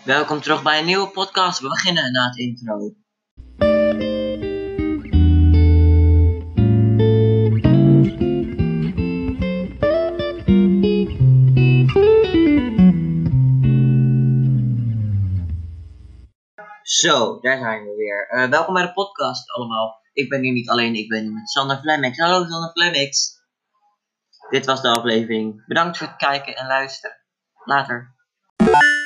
Welkom terug bij een nieuwe podcast. We beginnen na het intro. Zo, daar zijn we weer. Welkom bij de podcast allemaal. Ik ben hier niet alleen, ik ben hier met Sander Flemmix. Hallo Sander Flemmix. Dit was de aflevering. Bedankt voor het kijken en luisteren. Later.